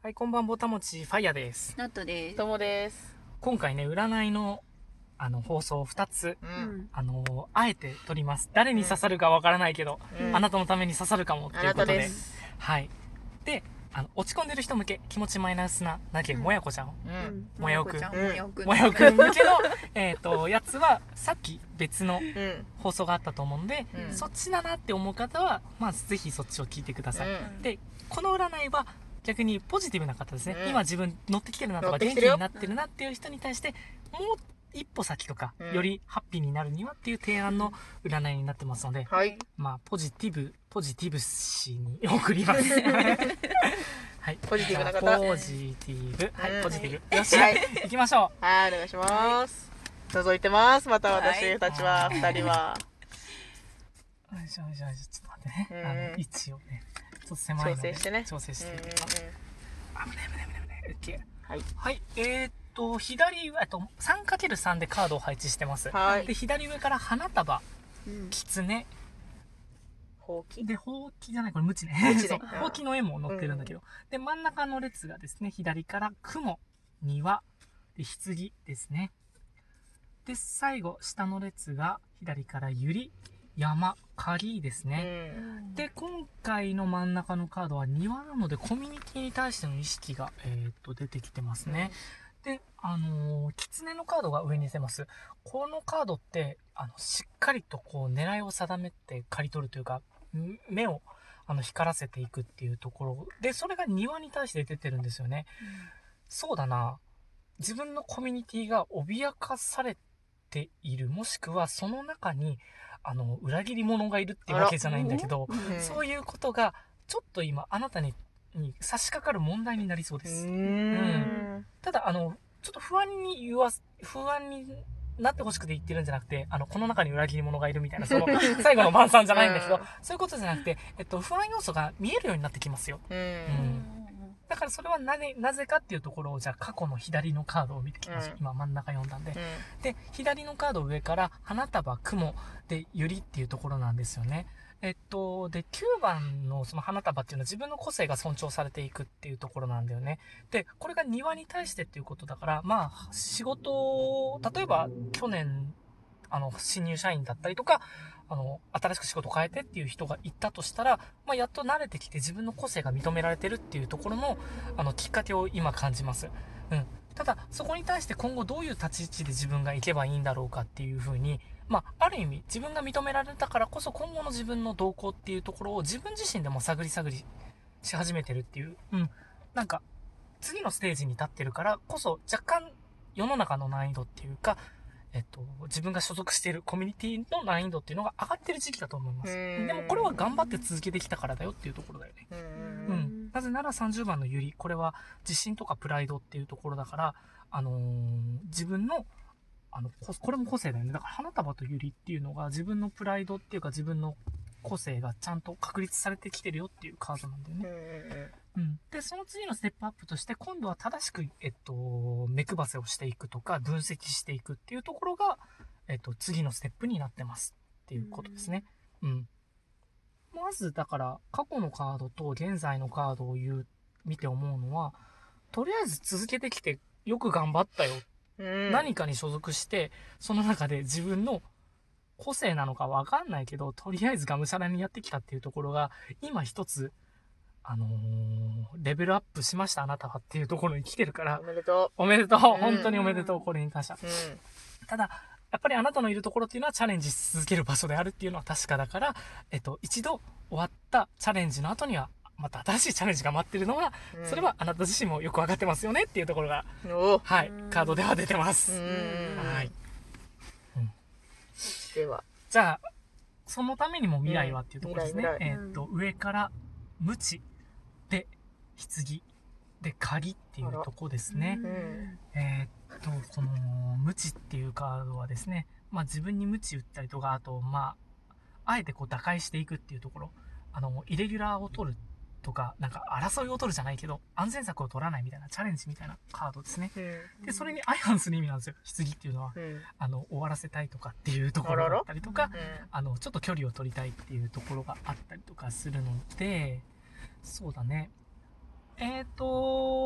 はい、こんばんぼたもちファイヤーです。 ナットです。 ともです。 今回ね、占いの放送2つ、あえて撮ります。誰に刺さるかわからないけど、あなたのために刺さるかもっていうことで。はい。で、落ち込んでる人向け、気持ちマイナスな、もやこちゃん。もやおくん。もやおくん向けの、やつは、さっき別の放送があったと思うんで、そっちだなって思う方は、まあ、ぜひそっちを聞いてください。で、この占いは、逆にポジティブな方ですね、今自分乗ってきてるなとか元気になってるなっていう人に対してもう一歩先とか、よりハッピーになるにはっていう提案の占いになってますので、まあポジティブ氏に送りますはい、 ポジティブな方、 ポジティブ、はい、ポジティブ、よし、行きましょう。はい、お願いします。覗いてます。また私たちは2人はちょっと待ってね、位置をねちょっと狭いので調整して危ない。はい、左上3×3 でカードを配置してます。で、左上から花束、狐、 ほうきで、ほうきじゃない、これムチね。ほうきの絵も載ってるんだけど。で、真ん中の列がですね、左から雲、庭、で、棺ですね。で、最後、下の列が左から百合、山、鍵ですね。で、今回の真ん中のカードは庭なので、コミュニティに対しての意識が、出てきてますね。で、狐のカードが上に出ます。このカードって、しっかりとこう、狙いを定めて刈り取るというか、目を、光らせていくっていうところで、それが庭に対して出てるんですよね。そうだな。自分のコミュニティが脅かされている、もしくはその中に、裏切り者がいるっていうわけじゃないんだけど、そういうことが、ちょっと今、あなたに差し掛かる問題になりそうです。ただ、ちょっと不安になってほしくて言ってるんじゃなくて、この中に裏切り者がいるみたいな、その、最後の晩餐じゃないんだけど、そういうことじゃなくて、不安要素が見えるようになってきますよ。だからそれはなぜかっていうところを、じゃあ過去の左のカードを見ていきましょう。今真ん中読んだんで。で、左のカード上から花束、雲、で、百合っていうところなんですよね。で、9番のその花束っていうのは自分の個性が尊重されていくっていうところなんだよね。で、これが庭に対してっていうことだから、まあ、仕事、例えば去年、新入社員だったりとか、新しく仕事を変えてっていう人がいたとしたら、まあ、やっと慣れてきて自分の個性が認められてるっていうところの、きっかけを今感じます。ただ、そこに対して今後どういう立ち位置で自分が行けばいいんだろうかっていうふうに、まあ、ある意味自分が認められたからこそ今後の自分の動向っていうところを自分自身でも探りし始めてるっていう、なんか、次のステージに立ってるからこそ若干世の中の難易度っていうか、自分が所属しているコミュニティの難易度っていうのが上がってる時期だと思います。でもこれは頑張って続けてきたからだよっていうところだよね。なぜなら30番の百合、これは自信とかプライドっていうところだから、自分の、これも個性だよね。だから花束と百合っていうのが自分のプライドっていうか自分の個性がちゃんと確立されてきてるよっていうカードなんだよね。で、その次のステップアップとして、今度は正しく、目配せをしていくとか、分析していくっていうところが、次のステップになってますっていうことですね。まず、だから、過去のカードと現在のカードを見て思うのは、とりあえず続けてきてよく頑張ったよ。何かに所属して、その中で自分の個性なのかわかんないけど、とりあえずがむしゃらにやってきたっていうところが、今一つ、レベルアップしましたあなたはっていうところに来てるから、おめでとう本当におめでとう、これに感謝。ただ、やっぱりあなたのいるところっていうのはチャレンジし続ける場所であるっていうのは確かだから、一度終わったチャレンジの後には、また新しいチャレンジが待ってるのは、それはあなた自身もよくわかってますよねっていうところが、はい、カードでは出てます。はい。 では。 じゃあ、そのためにも未来はっていうところですね。上から無知で棺で鍵っていうとこですね。この無知っていうカードはですね、まあ自分に無知打ったりとか、あとまああえてこう打開していくっていうところ、イレギュラーを取るとか、なんか争いを取るじゃないけど、安全策を取らないみたいなチャレンジみたいなカードですね。で、それに相反する意味なんですよ。棺っていうのは、終わらせたいとかっていうところだったりとか、ちょっと距離を取りたいっていうところがあったりとかするので、そうだね。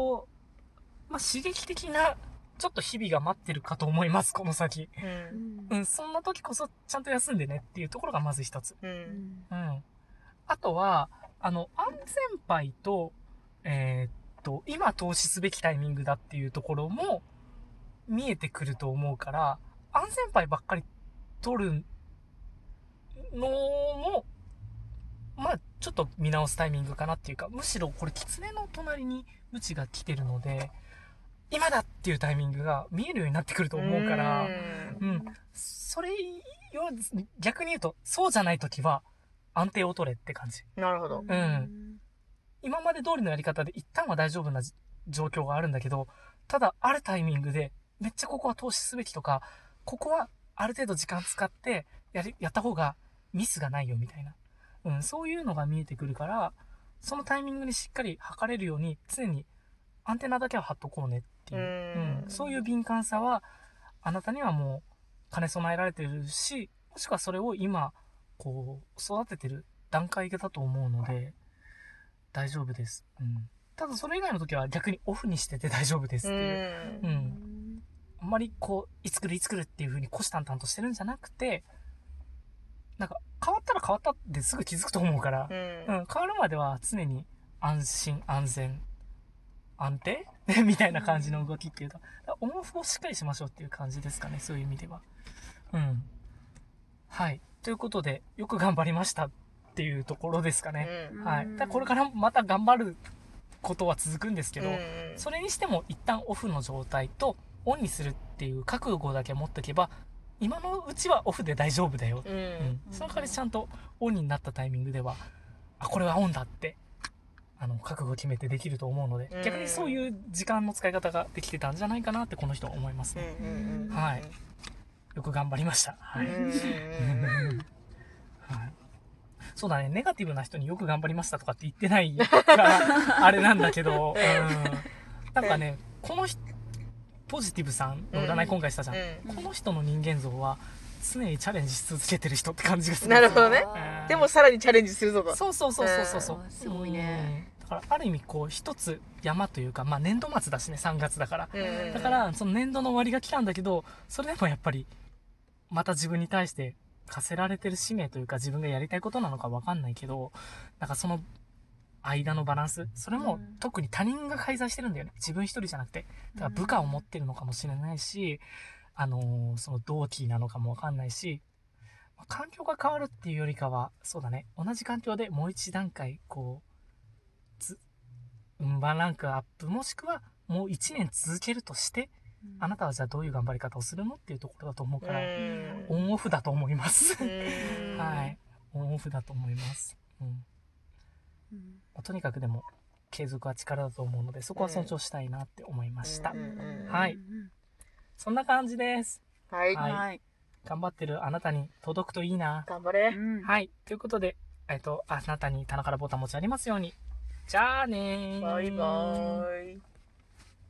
刺激的な、ちょっと日々が待ってるかと思います、この先。そんな時こそちゃんと休んでねっていうところがまず一つ。あとは、安全牌と、今投資すべきタイミングだっていうところも見えてくると思うから、安全牌ばっかり取るのも、ちょっと見直すタイミングかなっていうか、むしろこれ狐の隣にムチが来てるので、今だっていうタイミングが見えるようになってくると思うから、それよ、逆に言うと、そうじゃないときは安定を取れって感じ。 なるほど。 今まで通りのやり方で一旦は大丈夫な状況があるんだけど、ただあるタイミングで、めっちゃここは投資すべきとか、ここはある程度時間使ってやった方がミスがないよみたいな。そういうのが見えてくるから、そのタイミングにしっかり測れるように、常にアンテナだけは張っとこうねっていう。そういう敏感さは、あなたにはもう兼ね備えられてるし、もしくはそれを今、こう、育ててる段階だと思うので、大丈夫です。ただそれ以外の時は逆にオフにしてて大丈夫ですっていう。あんまりこう、いつ来るっていう風に虎視眈々としてるんじゃなくて、なんか、変わったら変わったってすぐ気づくと思うから、変わるまでは常に安心、安全、安定みたいな感じの動きっていうと、オンオフをしっかりしましょうっていう感じですかね、そういう意味では。はい。ということで、よく頑張りましたっていうところですかね。はい。これからまた頑張ることは続くんですけど、それにしても一旦オフの状態とオンにするっていう覚悟だけ持っておけば、今のうちはオフで大丈夫だよ。その代わりちゃんとオンになったタイミングでは、これはオンだって、覚悟決めてできると思うので、逆にそういう時間の使い方ができてたんじゃないかなってこの人は思いますね。はい。よく頑張りました。はい。そうだね、ネガティブな人によく頑張りましたとかって言ってないから、あれなんだけど、なんかね、この人、ポジティブさんの占い今回したじゃん。この人の人間像は、常にチャレンジし続けてる人って感じがする。 なるほどね。でもさらにチャレンジするぞと。 そう。 すごいね。 だから、ある意味こう、一つ山というか、年度末だしね、3月だから。だから、その年度の終わりが来たんだけど、それでもやっぱり、また自分に対して課せられてる使命というか、自分がやりたいことなのかわかんないけど、なんかその間のバランス、それも特に他人が介在してるんだよね。自分一人じゃなくて。だから部下を持ってるのかもしれないし、その同期なのかもわかんないし、環境が変わるっていうよりかは、そうだね、同じ環境でもう一段階、こう、ワンランクアップ、もしくはもう1年続けるとして、あなたはじゃあどういう頑張り方をするのっていうところだと思うから、オンオフだと思います。はい。オンオフだと思います。とにかくでも、継続は力だと思うので、そこは尊重したいなって思いました。はい。そんな感じです。 はい。 頑張ってるあなたに届くといいな。 頑張れ。 はい。ということで、あなたに棚からボタン持ちありますように。じゃあねー。 バイバーイ。